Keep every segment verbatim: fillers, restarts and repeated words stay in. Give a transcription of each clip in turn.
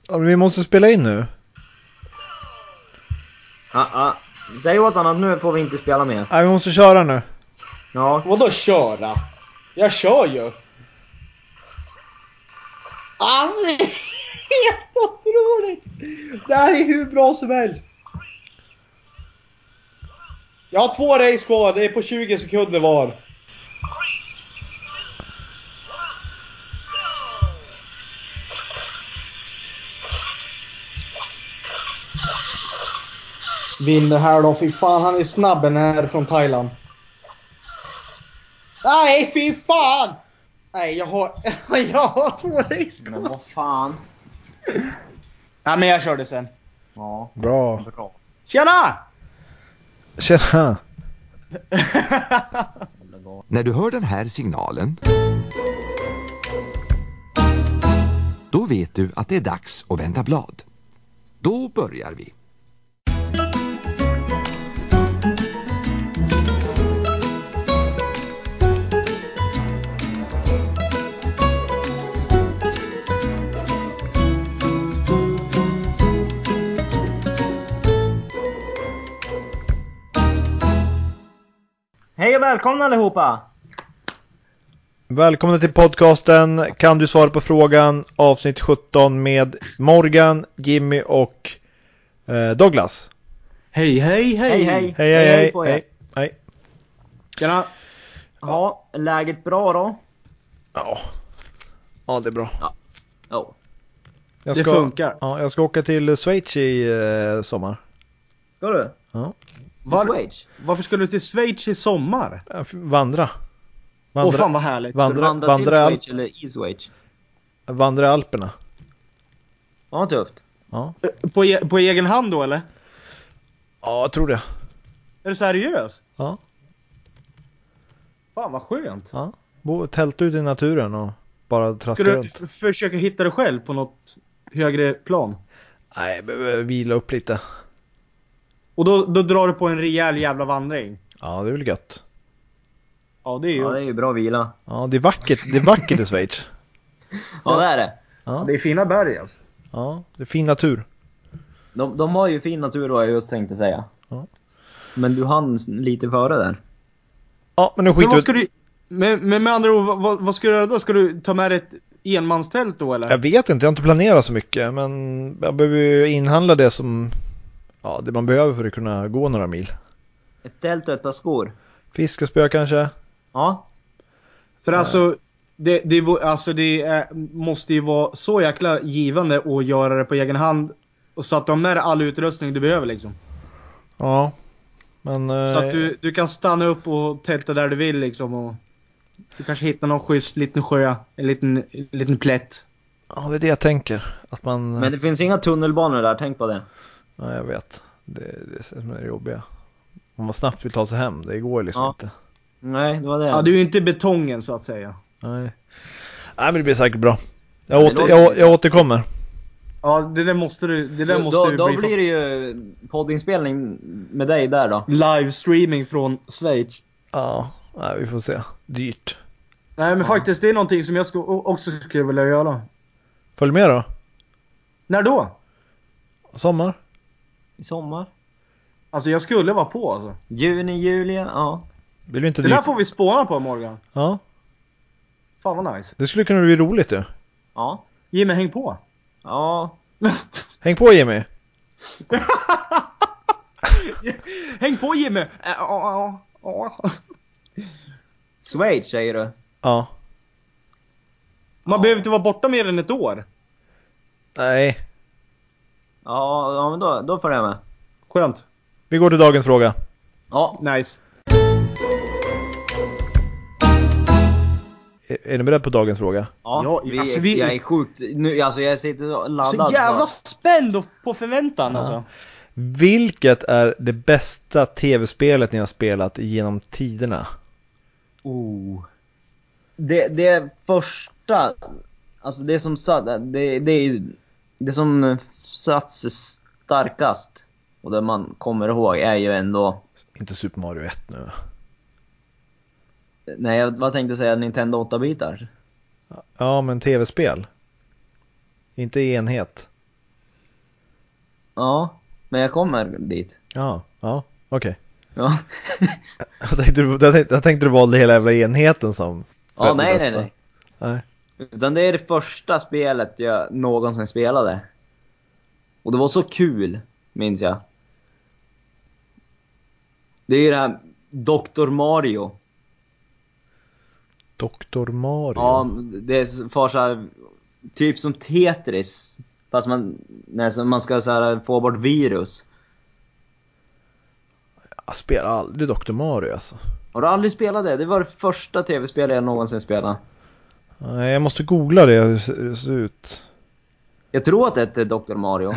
Vi måste spela in nu. Ja, ah, ah. Säg åt honom att nu får vi inte spela mer. Nej, vi måste köra nu. Ja. Vadå köra? Jag kör ju. Alltså, helt otroligt. Det här är hur bra som helst. Jag har två race kvar, det är på tjugo sekunder var. Vinner här då, fy fan, han är snabben här från Thailand. Nej, fy fan! Nej, jag har, jag har två race kvar. Men vad fan. Ja, men jag körde sen. Ja. Bra. Bra. Tjena! Tjena. När du hör den här signalen, då vet du att det är dags att vända blad. Då börjar vi. Hej och välkomna allihopa. Välkomna till podcasten Kan du svara på frågan? Avsnitt sjutton med Morgan, Jimmy och eh, Douglas. Hej, hej, hej. Hej hej. Hej, hej, hej. på er. Hej, hej. Tjena. Ja, läget bra då? Ja. Ja, det är bra. Ja. Jag Det ska, funkar. Ja, jag ska åka till Schweiz i eh, sommar. Ska du? Ja. Var, Schweiz? varför skulle du till Schweiz i sommar? Jag f- Vandra. Åh Vandra, fan vad härligt. Ska du vandra, vandra vandra, till Al- Schweiz eller i Schweiz? vandra i Alperna. Ja, tufft. Ja. På, e- på egen hand då eller? Ja, jag tror det. Är du seriös? Ja. Fan vad skönt. Ja. Bo, tält ut i naturen och bara traska Ska du runt. f- försöka hitta dig själv på något högre plan? Nej, jag behöver vila upp lite. Och då, då drar du på en rejäl jävla vandring. Ja, det är väl gött. Ja, det är ju... Ja, det är ju bra vila. Ja, det är vackert. Det är vackert i Schweiz. Ja, det är det. Ja, Det är fina berg alltså. ja, det är fin natur. De, de har ju fin natur då, jag just tänkte säga. Ja. Men du hann lite före där. Ja, men nu Men skiter vad vi. ska du... Men, men med andra ord, vad, vad ska du göra då? Ska du ta med dig ett enmanstält då eller? Jag vet inte, jag har inte planerat så mycket. Men jag behöver ju inhandla det som... Ja, det man behöver för att kunna gå några mil. Ett tält och ett par skor. Fiskespö kanske. Ja. För alltså... Det, det, alltså det är, måste ju vara så jäkla givande att göra det på egen hand. Och så att du har med dig all utrustning du behöver liksom. Ja. Men... Så att du, du kan stanna upp och tälta där du vill liksom. Och du kanske hittar någon schysst liten sjö. En liten, en liten plätt. Ja, det är det jag tänker. Att man... Men det finns inga tunnelbanor där, tänk på det. Ja, jag vet. Det är det som är det jobbiga. Om man snabbt vill ta sig hem, det går liksom Ja. inte. Nej, det var det. Ja, du är ju inte betongen så att säga. Nej. Nej, men det blir säkert bra. Jag, Ja, det åter, låter jag, bra. jag återkommer. Ja, det där måste du, det där Då, måste då, du då bli blir det ju poddinspelning med dig där då. livestreaming från Schweiz. Ja, nej, vi får se. Dyrt. Nej, men Ja. faktiskt det är någonting som jag ska, också skulle vilja göra. Följ med då. När då? Sommar. I sommar. Alltså jag skulle vara på alltså. Juni, juli, ja. Vill vi inte Det där dyrt? får vi spåna på Morgan. Ja, Fan vad nice. det skulle kunna bli roligt ju. Ja. Jimmy, häng på. Ja. Häng på Jimmy. Häng på Jimmy. Äh, ja, ja, ja. Schweiz säger du. Ja. Man behöver inte vara borta mer än ett år. Nej. Ja, ja men då, då får jag med. Skönt. Vi går till dagens fråga. Ja. Nice. Är, är ni beredda på dagens fråga? Ja, Ja, vi, alltså vi- jag är sjukt nu, alltså jag sitter och laddad. Så jävla bara. spänd och på förväntan Ja. alltså. Vilket är det bästa tv-spelet ni har spelat genom tiderna? Oh. Det, det första, alltså det som satt, det, det är det som satt sig starkast och det man kommer ihåg är ju ändå, Inte Super Mario ett nu. nej jag vad tänkte jag säga, Nintendo åtta-bitar. Ja, men tv-spel. Inte enhet. Ja, men jag kommer dit. Ja, ja, okej. Ja, Jag tänkte, du- jag, tänkte, jag tänkte du valde hela jävla enheten som ja det nej, nej, bästa. nej. Nej. Utan det är det första spelet jag någonsin spelade. Och det var så kul, minns jag. Det är ju det här doktor Mario. doktor Mario. Ja, det är för så här, typ som Tetris. Fast man, när man ska så här, få bort virus. Jag spelar aldrig doktor Mario alltså. Har du aldrig spelat det? Det var det första tv-spel jag någonsin spelade. Nej, jag måste googla det, hur ser det ser ut. Jag tror att det heter doktor Mario.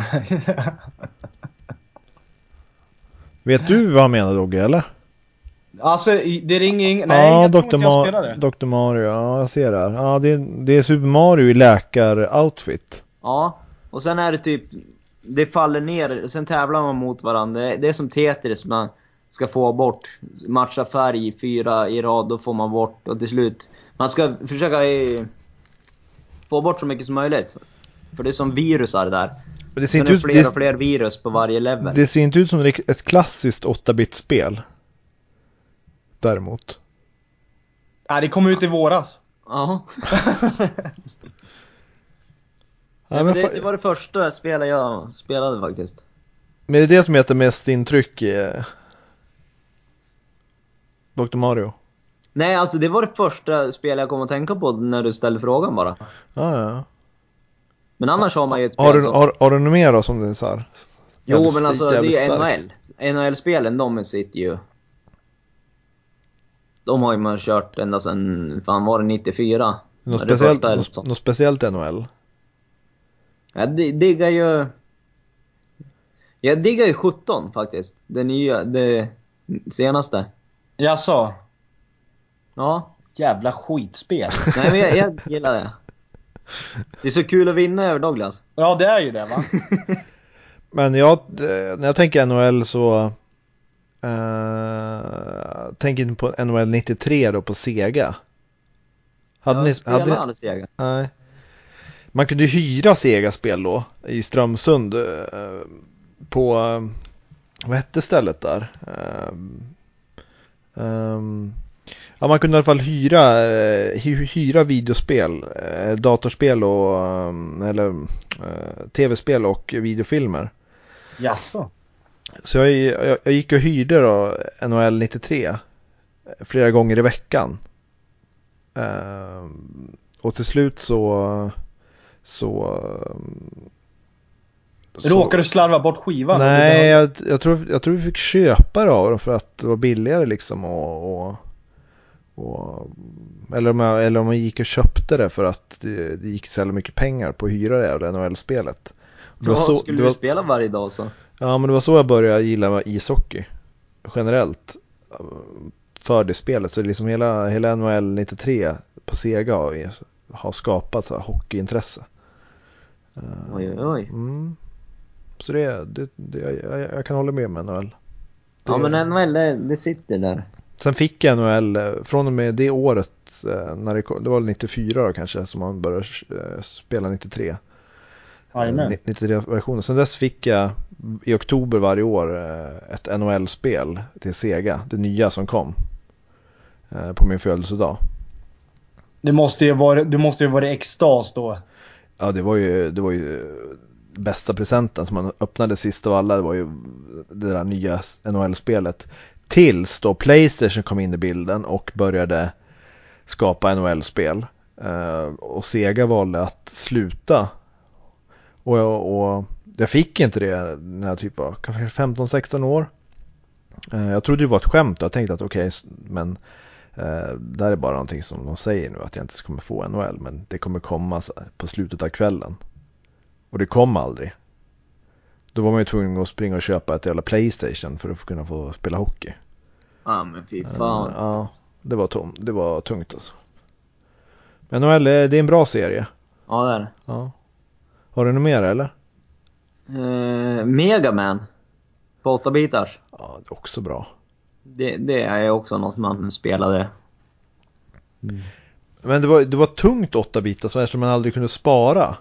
Vet du vad han menar, Dogge, eller? Alltså, det ringer ing... Nej, Ja, jag tror doktor inte jag Ma- spelade. doktor Mario, ja, jag ser det här. Ja, det, det är Super Mario i läkar-outfit. Ja, och sen är det typ, det faller ner, sen tävlar man mot varandra. Det är som Tetris, man ska få bort, matcha färg fyra i rad, då får man bort, och till slut man ska försöka i, få bort så mycket som möjligt. För det är som virusar där. Men det ser Sen inte är ut, det fler och det, fler virus på varje level. det ser inte ut som ett klassiskt åtta-bit-spel. Däremot. Ja, det kom ut i våras. Ja. Ja, Ja, men men det, fa- det var det första spelet jag spelade faktiskt. Men det är det som heter mest intryck i eh, doktor Mario. Nej, alltså det var det första spel jag kom att tänka på när du ställde frågan bara. Ja, ja. Men annars har man ju ett spel Har du, som... har, har du något mer då som det är så här? Jo, jävligt- men alltså det jävligt är N H starkt? L. N H L-spelen, de sitter ju... De har ju man kört ända sedan, fan var det nittiofyra? Något Var det speciellt, första eller något, sånt. något speciellt N H L? Jag di- diggar ju... Jag diggar ju sjutton faktiskt. Det nya, det senaste. Jaså? Ja. Jävla skitspel. Nej, men jag, jag gillar det. Det är så kul att vinna över Douglas. Ja, det är ju det, va? Men jag, eh, när jag tänker N H L så eh, tänker inte på N H L nittiotre då på Sega. Hade Jag ni, spelar hade ni, aldrig Sega. nej. Man kunde ju hyra Sega-spel då i Strömsund eh, på, eh, vad hette stället där? Eh, ehm, ja, man kunde i alla fall hyra, eh, hy, hyra videospel, eh, datorspel och eh, eller eh, tv-spel och videofilmer. Jaså? Så jag, jag, jag gick och hyrde då N H L nittiotre flera gånger i veckan. Uh, och till slut så så, så Råkar du slarva bort skivan? nej, jag, jag, tror, jag tror vi fick köpa det av dem för att det var billigare liksom och, och, och eller, om jag, eller om man gick och köpte det för att det, det gick så mycket pengar på att hyra det av N H L-spelet. Det var Ja, så, skulle det du var, spela varje dag så? ja, men det var så jag började gilla ishockey generellt för det spelet. Så liksom hela, hela N H L nittiotre på Sega har, har skapat så här hockeyintresse. Oj, oj, oj. Mm. Så det, det, det jag, jag kan hålla med med N H L. Det, Ja, men N H L, det, det sitter där. Sen fick jag N H L från och med det året, när det, det var nittiofyra då kanske som man började spela nittiotre. Amen. nittiotre-versionen. Sen dess fick jag i oktober varje år ett N H L-spel till Sega. Det nya som kom på min födelsedag. Det måste ju vara, du måste ju vara i extas då. Ja, det var ju, det var ju bästa presenten som man öppnade sist av alla. Det var ju det där nya N H L-spelet. Tills då PlayStation kom in i bilden och började skapa N H L-spel. Och Sega valde att sluta. Och jag, och jag fick inte det när jag typ var kanske femton sexton år. Jag trodde det var ett skämt och jag tänkte att okej, okay, men eh, det här är bara någonting som de säger nu att jag inte kommer få N H L, men det kommer komma så här, på slutet av kvällen. Och det kom aldrig. Då var man ju tvungen att springa och köpa ett jävla PlayStation för att kunna få spela hockey. Ja, men fy fan. Uh, ja, det var tom, det var tungt alltså. Men N H L, det är en bra serie. Ja, det är det. Ja. Har du något mer eller? Eh, Mega Man. På åtta bitars. Ja, det är också bra. Det, det är också något som man spelade. Mm. Men det var, det var tungt åtta bitar som eftersom man aldrig kunde spara.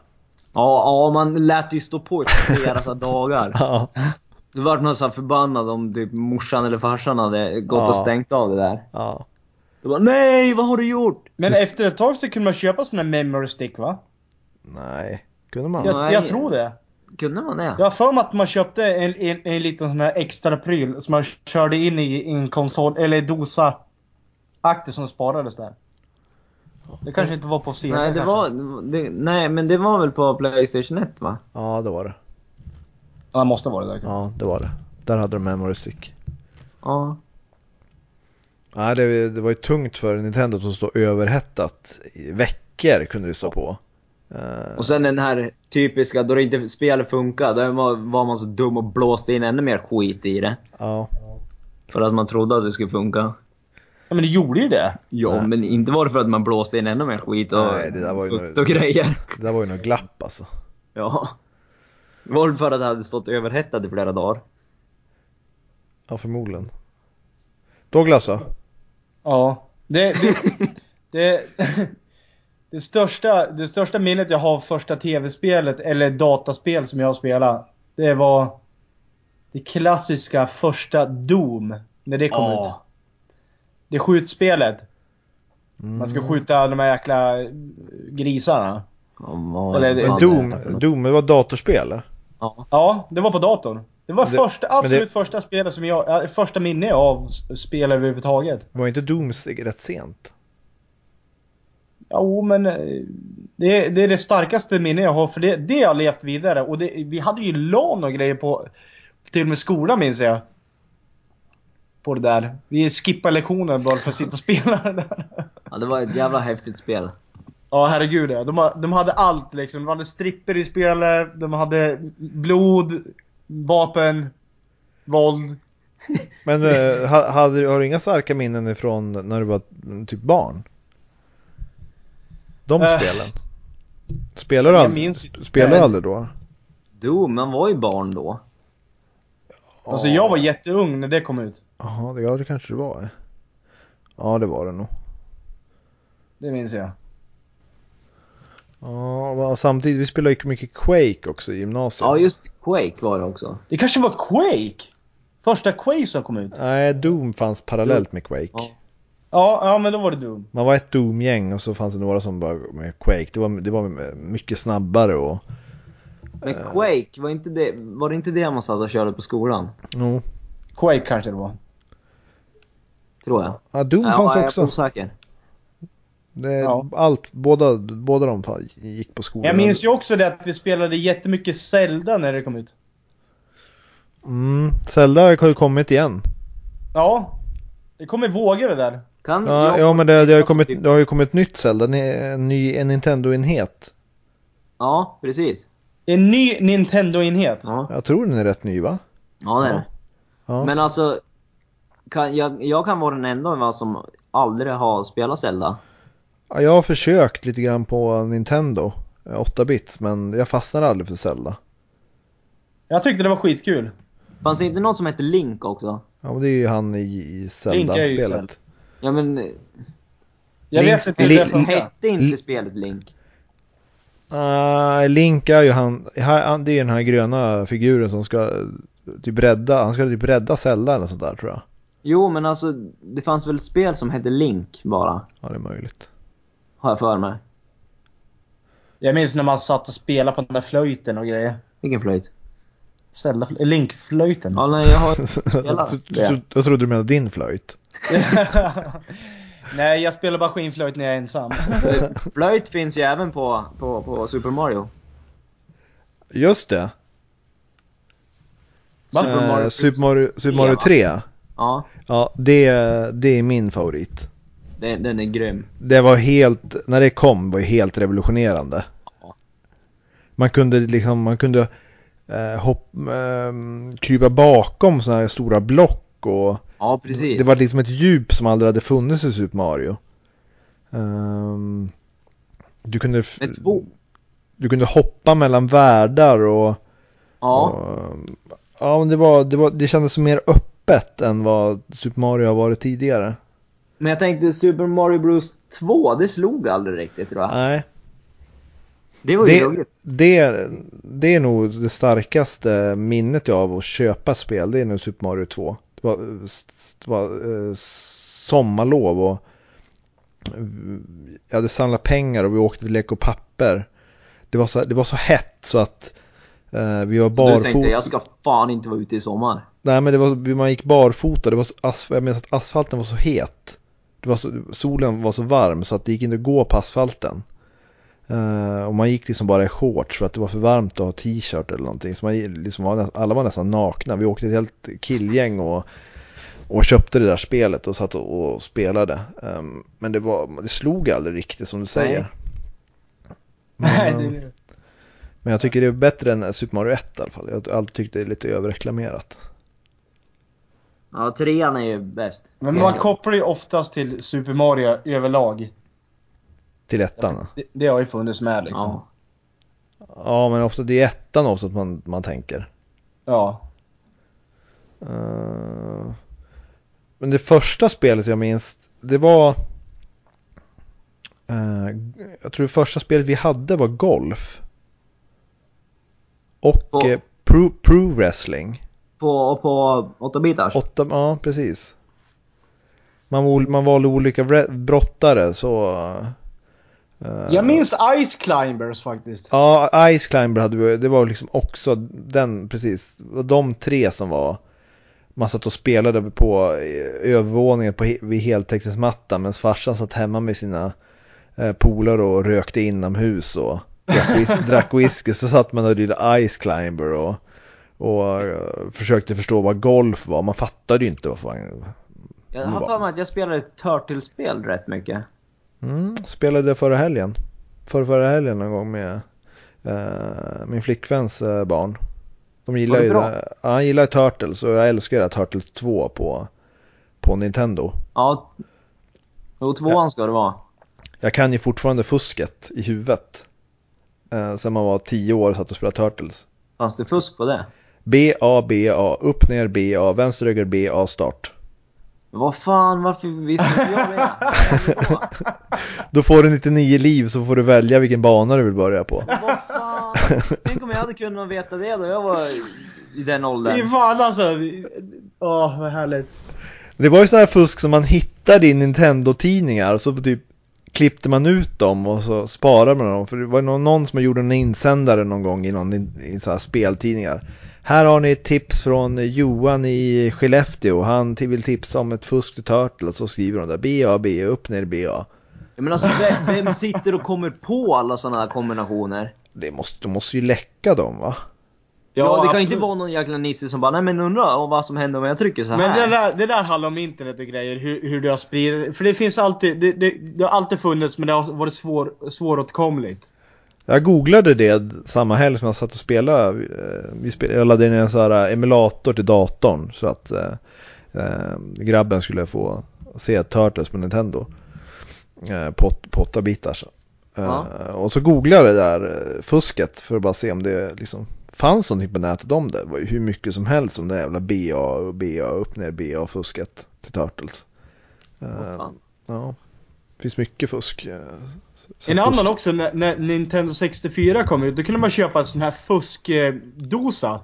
Ja, ja, man lät ju stå på i flera så dagar. Ja. Det var någon så här förbannad om typ morsan eller farsan hade gått Ja. och stängt av det där. Ja. Det var nej, vad har du gjort? Men efter ett tag så kunde man köpa såna memory stick, va? Nej, kunde man? Jag, Nej. jag tror det. Kunde man det? Jag har för mig att man köpte en, en, en liten sån här extra pryl som man körde in i en konsol eller dosa akter som sparades där. Det kanske inte var på C D. Nej, det kanske. var det, nej, men det var väl på PlayStation ett, va? Ja, det var det. Ja, det måste vara det där. Ja, det var det. Där hade de memory stick. Ja. Nej, det, det var ju tungt för Nintendo som stod överhettat. I veckor kunde det stå på. Uh, Och sen den här typiska, då det inte spelet funkar, då var, var man så dum och blåste in ännu mer skit i det. ja. För att man trodde att det skulle funka. Ja, men det gjorde ju det. Ja, Nej. men inte var det för att man blåste in ännu mer skit och Nej, det där var ju fukt nog- och grejer. Det där var ju något glapp alltså. Ja. Det var väl för att det hade stått överhettat i flera dagar. Ja, förmodligen. Douglas då? Ja. Det, det, det, det, största, det största minnet jag har av första tv-spelet eller dataspel som jag har spelat, det var det klassiska första Doom när det kom Ja. ut. Det skjutspelet. Man ska skjuta de här jäkla grisarna. Ja, vad- Eller det- Men vad- Doom, Doom, det var datorspel eller? Ja. Ja, det var på datorn. Det var Det- första, absolut det- första spelet som jag, ja, första minne av s- spel överhuvudtaget. Var inte Doom rätt sent? Jo, men eh, det, det är det starkaste minne jag har, för det, det har levt vidare. Och det, vi hade ju LAN och grejer på, till och med skolan minns jag. På det där. Vi skippade lektioner bara för att sitta och spela det där. Ja, det var ett jävla häftigt spel. Ja, herregud. Ja. De, ha- de hade allt liksom. De hade stripper i spelet. De hade blod, vapen, våld. Men eh, ha- hade, har du inga starka minnen ifrån när du var mm, typ barn? De Eh, spelen? Spelar du jag aldrig, minns- sp- spelar du Nej. aldrig då? Doom, man var ju barn då. Alltså jag var jätteung när det kom ut. Jaha, det, ja, det kanske det var. Ja, det var det nog. Det minns jag. Ja, och samtidigt, vi spelade ju mycket Quake också i gymnasiet. Ja, just Quake var det också. Det kanske var Quake? Första Quake som kom ut. Nej, Doom fanns parallellt med Quake. Ja. Ja, ja men då var det Doom. Man var ett Doom-gäng och så fanns det några som bara med Quake. Det var, det var mycket snabbare och... Men Quake, var, inte det, var det inte det man satt och körde på skolan? No. Quake kanske det var. Tror jag. Ja, Doom Ja, fanns jag är också. osäker. Det, Ja. Allt, båda, båda de fa- gick på skolan. Jag minns ju också det att vi spelade jättemycket Zelda när det kom ut. Mm, Zelda har ju kommit igen. Ja. Det kommer vågor det där. Kan Ja, jag- ja men det, det, har ju kommit, det har ju kommit ett nytt Zelda. En ny en Nintendo-enhet. Ja, precis. En ny Nintendo-enhet. Ja, Jag tror den är rätt ny, va? ja det är Ja. det. Ja. Men alltså, kan, jag, jag kan vara den enda va, som aldrig har spelat Zelda. Ja, jag har försökt lite grann på Nintendo. åtta bits, men jag fastnade aldrig för Zelda. Jag tyckte det var skitkul. Fanns det inte något som heter Link också? Ja, men det är ju han i, i Link är ju Zelda. Zelda-spelet. Ja, men Jag Link- vet inte hur Link- det funkar. hette inte Li- spelet Link? Uh, Link är ju han, han, det är den här gröna figuren som ska typ rädda, han ska typ rädda Zelda eller sånt där, tror jag. Jo, men alltså, det fanns väl ett spel som hette Link bara, Ja, det är möjligt. har jag för mig. Jag minns när man satt och spelade på den där flöjten och grejer. Vilken flöjt? Zelda, Link-flöjten. Ja, nej, jag har jag, spelat tro- jag trodde du menade din flöjt. Nej, jag spelar bara skinflöjt när jag är ensam. Flöjt finns ju även på, på, på Super Mario. Just det. Va? Super Mario, Eh, Super Mario, Super Mario va? tre. Ja, Ja, det, det är min favorit. den, den är grym. Det var helt, när det kom var det helt revolutionerande. Ja. Man kunde liksom, man kunde eh, hopp, eh, krypa bakom såna här stora block och Ja, precis. det var liksom ett djup som aldrig hade funnits i Super Mario. Ehm, du kunde f- Med två. du kunde hoppa mellan världar och, Ja, och ja, men det var det var det kändes mer öppet än vad Super Mario har varit tidigare. men jag tänkte Super Mario Bros två, det slog aldrig riktigt, tror jag. Nej. Det var ju Det, roligt. det, det är nog det starkaste minnet jag av att köpa spel. Det är nog Super Mario två. Det var, det var eh, sommarlov och jag hade samlat pengar och vi åkte till Lek och papper. Det var så, det var så hett så att eh, vi var barfota. Du tänkte, jag ska fan inte vara ute i sommar. Nej, men det var, man gick barfota. Det var så, asf- jag menar att asfalten var så het. Det var så, solen var så varm så att det gick inte att gå på asfalten. Uh, och man gick liksom bara i shorts för att det var för varmt att ha t-shirt eller någonting. Så man liksom var, alla var nästan nakna. Vi åkte ett helt killgäng och, och köpte det där spelet och satt och, och spelade. Um, men det, var, det slog aldrig riktigt som du säger. Nej, Men, det... men jag tycker det är bättre än Super Mario ett i alla fall. Jag har alltid tyckt det är lite överreklamerat. Ja, trean är ju bäst. Men man kopplar ju oftast till Super Mario överlag. Till ettan. Det, det har ju funnits med liksom. Ja. Ja, men ofta det är ettan också att man, man tänker. Ja. Uh, men det första spelet jag minns, det var uh, jag tror det första spelet vi hade var golf. Och På- uh, pro, pro wrestling. På, på åtta bitars. Åtta, ja, precis. Man, val- man valde olika vre- brottare så... Uh, Jag minns Ice Climbers faktiskt. Ja, Ice Climber hade vi, det var liksom också den, precis, de tre som var, man satt och spelade på övervåningen på, vid heltäckningsmattan medan farsan satt hemma med sina eh, polare och rökte inomhus och drack, whis- drack whisky, så satt man och lilla Ice Climber och, och uh, försökte förstå vad golf var, man fattade ju inte vad fan. Jag har för mig att jag spelade Turtle-spel rätt mycket. Mm, spelade förra helgen. Förra, förra helgen någon gång med uh, min flickväns uh, barn. De gillar Var det ju bra? det. Ja, han gillar Turtles och jag älskar det Turtles två på, på Nintendo. Ja. Och tvåan ska det vara. Jag kan ju fortfarande fusket i huvudet. Uh, sen man var tio år och satt och spelade Turtles. Fanns det fusk på det? B A B A, upp ner B A, vänster höger B A, start. Men vad fan, varför visste inte jag det? Då får du nittionio liv så får du välja vilken bana du vill börja på. Men vad fan? Tänk om jag hade kunnat veta det då jag var i den Det åldern. är fan alltså. Åh, vad härligt. Det var ju sån här fusk som man hittade i Nintendo-tidningar och så typ klippte man ut dem och så sparade man dem. För det var någon som gjorde en insändare någon gång i någon i så här speltidningar. Här har ni ett tips från Johan i Skellefteå. Han vill tipsa om ett fusk till Turtle. Och så skriver de där B A B, upp ner B A. Ja, men alltså, vem, vem sitter och kommer på alla sådana här kombinationer? Det måste, de måste ju läcka dem, va? Ja, det kan absolut. inte vara någon jäkla nisse som bara, nej men undrar om vad som händer om jag trycker så här. Men det där, det där handlar om internet och grejer, hur, hur det har spridit. För det finns alltid, det, det, det har alltid funnits, men det har varit svår, svåråtkomligt. Jag googlade det samma helg som jag satt och spelade. Vi spelade jag laddade in en sån här emulator till datorn så att eh, grabben skulle få se Turtles på Nintendo. Eh, på, på åtta bitar. Ja. Eh, och så googlade jag det där eh, fusket för att bara se om det liksom fanns någonting på nätet om det. Det var ju hur mycket som helst om det jävla B A och B A, upp ner B A fusket till Turtles. Eh, Åh, fan. ja, det finns mycket fusk. Eh, En fusk. annan också, när, när Nintendo sextiofyra kom ut, då kunde man köpa en sån här fuskdosa.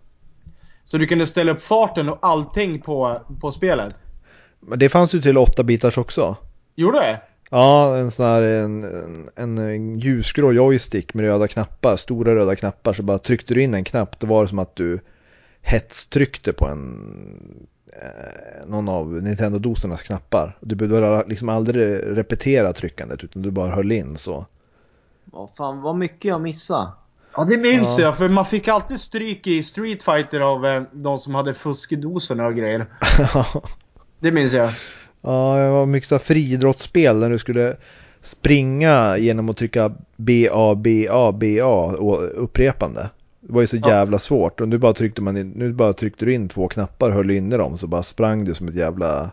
Så du kunde ställa upp farten och allting på, på spelet. Men det fanns ju till åtta bitars också. Gjorde det? Ja, en sån här en, en, en ljusgrå joystick med röda knappar, stora röda knappar, så bara tryckte du in en knapp, det var det som att du hetstryckte på en eh, någon av Nintendo-dosornas knappar. Du behövde liksom aldrig repetera tryckandet utan du bara höll in så. Vad fan, vad mycket jag missade. Ja, det minns Ja. jag, för man fick alltid stryk i Street Fighter av eh, de som hade fuskdosorna och grejer. Det minns jag. Ja, det var mycket så här friidrottsspel där du skulle springa genom att trycka B A B A B A och upprepande. Det var ju så Ja. jävla svårt. Och nu bara tryckte man in, nu bara tryckte du in två knappar, höll inne dem, så bara sprang du som ett jävla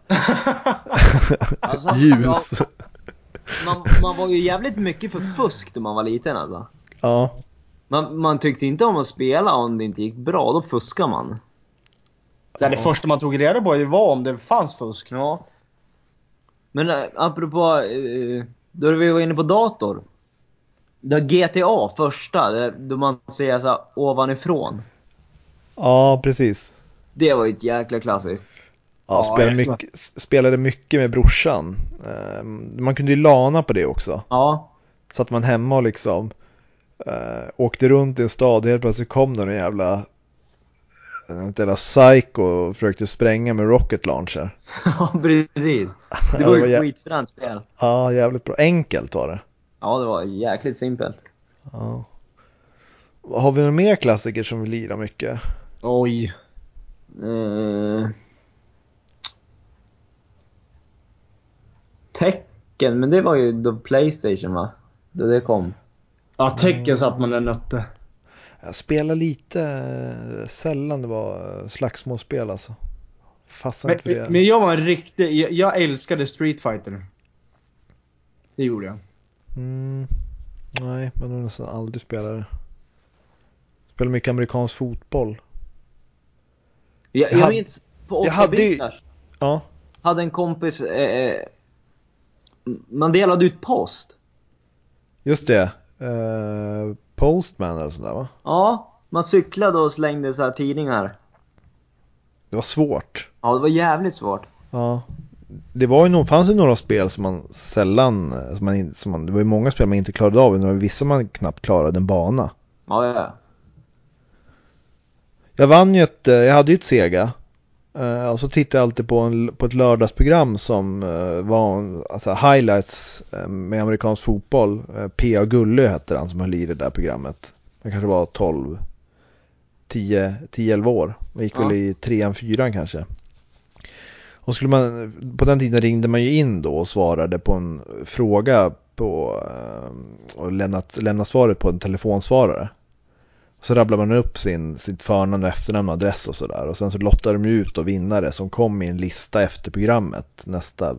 Alltså, ljus. ja, man, man var ju jävligt mycket för fusk då man var liten alltså. Ja. Man, man tyckte inte om att spela om det inte gick bra, då fuskar man. Det, det första man tog reda på var om det fanns fusk. Ja. Men äh, apropå, äh, då vi var inne på dator. Det var G T A första, där, då man ser så här ovanifrån. Ja, precis. Det var ju ett jäkla klassiskt. Ja, Ja, spelade, jag- mycket, spelade mycket med brorsan. Eh, Man kunde ju lana på det också. Ja. Så att man hemma och liksom eh, åkte runt i en stad och helt plötsligt kom det en jävla en jävla psycho och försökte spränga med rocket launcher. Ja, precis. Det Ja, var det var ju jä- skitfränt spel. Ja, jävligt bra. Enkelt var det. Ja, det var jäkligt simpelt. Ja. Har vi några mer klassiker som vi lirar mycket? Oj. Eh... Tekken, men det var ju då PlayStation, va? Då det kom. Ja, tecken satt man den nötte. Jag spelar lite eh, sällan det var eh, slagsmålsspel alltså. Fastnade Men, för det. men jag var en riktig... Jag, jag älskade Street Fighter. Det gjorde jag. Mm, nej, man har nästan aldrig spelat det. Spelar mycket amerikansk fotboll. Jag, Jag jag hade- minns på jag hade ju- åtta-bitars Ja, hade en kompis, eh, eh, man delade ut post. just det. Eh, Postman eller sådär va? Ja, man cyklade och slängde så här tidningar. Det var svårt. Ja, det var jävligt svårt. Ja. Det var ju nog, fanns ju några spel som man sällan, som man, in- som man, det var ju många spel man inte klarade av, men det var vissa man knappt klarade en bana. Ja, ja, ja. Jag vann ju ett, eh, jag hade ju ett Sega. Eh, och så tittade jag alltid på, en, på ett lördagsprogram som eh, var alltså, highlights eh, med amerikansk fotboll. Eh, P A Gullö hette han som höll i det där programmet. Han kanske var tolv, tio, tio elva år. Man gick Ja. väl i trean, fyran kanske. Och skulle man, på den tiden ringde man ju in då och svarade på en fråga på, eh, och lämnat, lämnat svaret på en telefonsvarare. Så rabblar man upp sin, sitt förnamn, efternamn, adress och sådär. Och sen så lottar de ut och vinnare som kom i en lista efter programmet nästa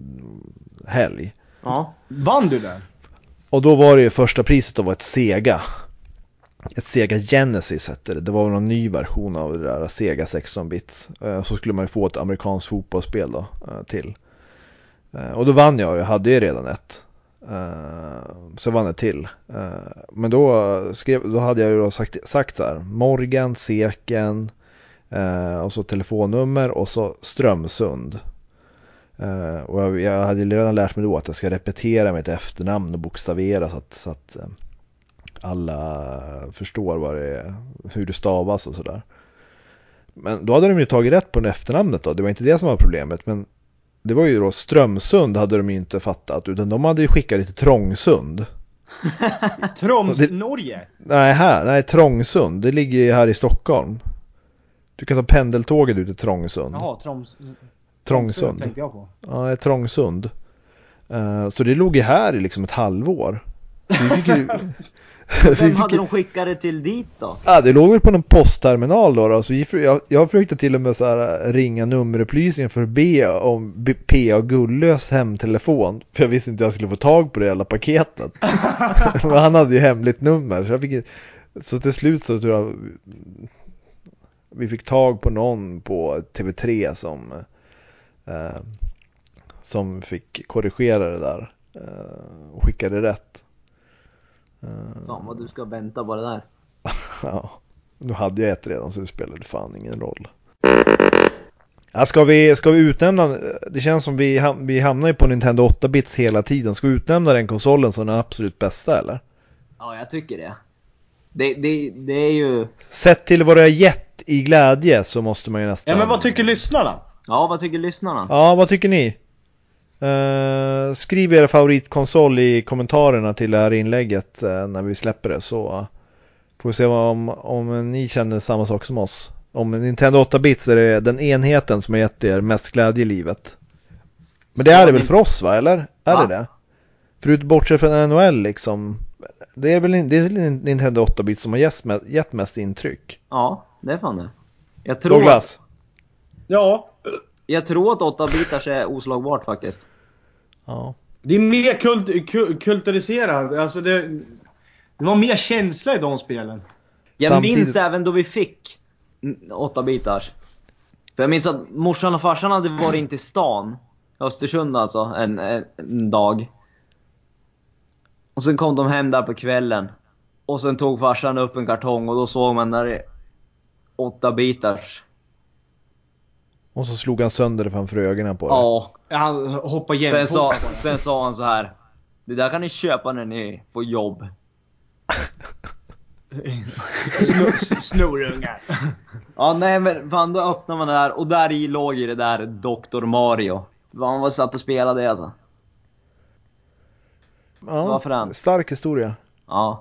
helg. Ja. Vann du den? Och då var det ju första priset då var ett Sega. Ett Sega Genesis hette det. Det var någon ny version av det där Sega sexton-bits. Så skulle man ju få ett amerikanskt fotbollsspel då till. Och då vann jag, jag hade ju redan ett. Uh, så vann jag till. Uh, men då, skrev, då hade jag ju då sagt, sagt så här: Morgan, Seken uh, och så telefonnummer och så Strömsund. Uh, och jag, jag hade redan lärt mig då att jag ska repetera mitt efternamn och bokstavera så att, så att uh, alla förstår vad det är, hur det stavas och sådär. Men då hade de ju tagit rätt på det efternamnet då. Det var inte det som var problemet, men det var ju då Strömsund hade de ju inte fattat, utan de hade ju skickat det till Trångsund. Troms, Det- Norge? Nej, här, nej, Trångsund. Det ligger ju här i Stockholm. Du kan ta pendeltåget ut till Trångsund. Jaha, Troms... Trångsund. tänkte jag på. Ja, Trångsund. Uh, så det låg ju här i liksom ett halvår. Så vi fick ju... så vi Vem fick hade ju... de skickat det till dit då? Ja, det låg väl på någon postterminal då. då. Så vi, jag, jag försökte till och med så här, ringa nummerupplysningen för att be om B- P A Gullös hemtelefon. För jag visste inte att jag skulle få tag på det hela paketet. Men han hade ju hemligt nummer. Så, jag fick, så till slut så tror jag vi fick tag på någon på T V tre som, eh, som fick korrigera det där. Eh, och skicka det rätt. Eh, Fan vad du ska vänta på det där. Ja, nu hade jag ett redan så det spelade fan ingen roll. Ja, ska vi, ska vi utnämna, det känns som vi, ham- vi hamnar ju på Nintendo åtta-bits hela tiden. Ska vi utnämna den konsolen som den absolut bästa eller? Ja, jag tycker det. Det, det, det är ju... Sett till vad det har gett i glädje så måste man ju nästan... Ja, men vad tycker lyssnarna? Ja, vad tycker lyssnarna? Ja, vad tycker ni? Uh, skriv er favoritkonsol i kommentarerna till det här inlägget uh, när vi släpper det, så uh, får vi se vad, om, om ni känner samma sak som oss. Om Nintendo åtta-bits är det den enheten som har gett er mest glädje i livet. Men det är det väl för oss, va? Eller? Är Va? det det? Förut bortsett från N H L liksom. Det är väl, det är väl Nintendo åtta-bits som har gett, gett mest intryck. Ja, det är fan det. Jag tror, Douglas? Ja, jag tror att åtta-bitars är oslagbart faktiskt. Ja. det är mer kult, kul- kulturiserat. Alltså det, det var mer känsla i de spelen. Jag Samtidigt- minns även då vi fick åtta-bitars. För jag minns att morsan och farsan hade varit in till stan, Östersund alltså, en, en, en dag. Och sen kom de hem där på kvällen. Och sen tog farsan upp en kartong och då såg man där det åtta bitars. Och så slog han sönder det framför ögonen på det. Ja. Han hoppar Sen jämnt. sa, sen sa han så här: det där kan ni köpa när ni får jobb. Snor, snorungar. Ja, nej men fan, då öppnar man det där och där i låg i det där doktor Mario. Man var satt och spelade det alltså. Ja, Varför han? stark historia. Ja.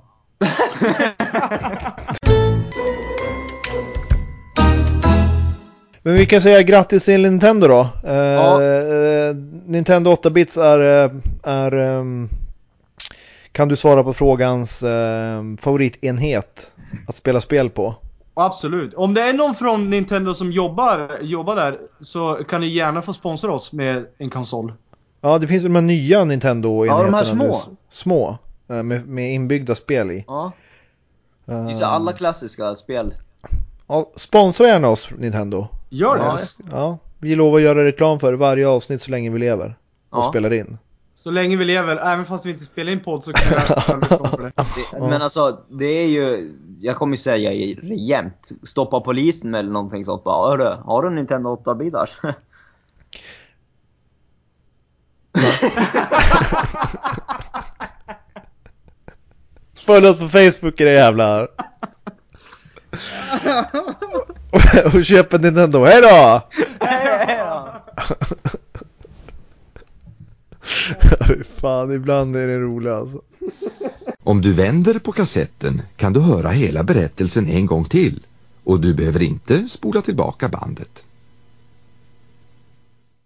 Men vi kan säga grattis till Nintendo då. Eh, Ja. eh, Nintendo åtta bits är, eh, är um, kan du svara på frågans eh, favoritenhet att spela spel på? Absolut. Om det är någon från Nintendo som jobbar, jobbar där, så kan ni gärna få sponsra oss med en konsol. Ja, det finns ju de här nya Nintendo-enheterna. Ja, de här små. nu. Små. eh, Med, med inbyggda spel i. Ja. Det är Eh, så alla klassiska spel. ja, sponsra gärna oss, Nintendo. Gör det. Ja, ja, vi lovar att göra reklam för varje avsnitt så länge vi lever. Och Ja. spelar in. Så länge vi lever, även fast vi inte spelar in podd, så kan jag göra reklam för det. Det, men alltså, det är ju, jag kommer ju säga jämt, stoppa polisen eller någonting sånt. Bara, hörru, har du en Nintendo åtta bitars? Följ oss på Facebook, är det jävlar. och, och köp en Nintendo. Hej då! Fan, ibland är det roligt alltså. Om du vänder på kassetten kan du höra hela berättelsen en gång till och du behöver inte spola tillbaka bandet.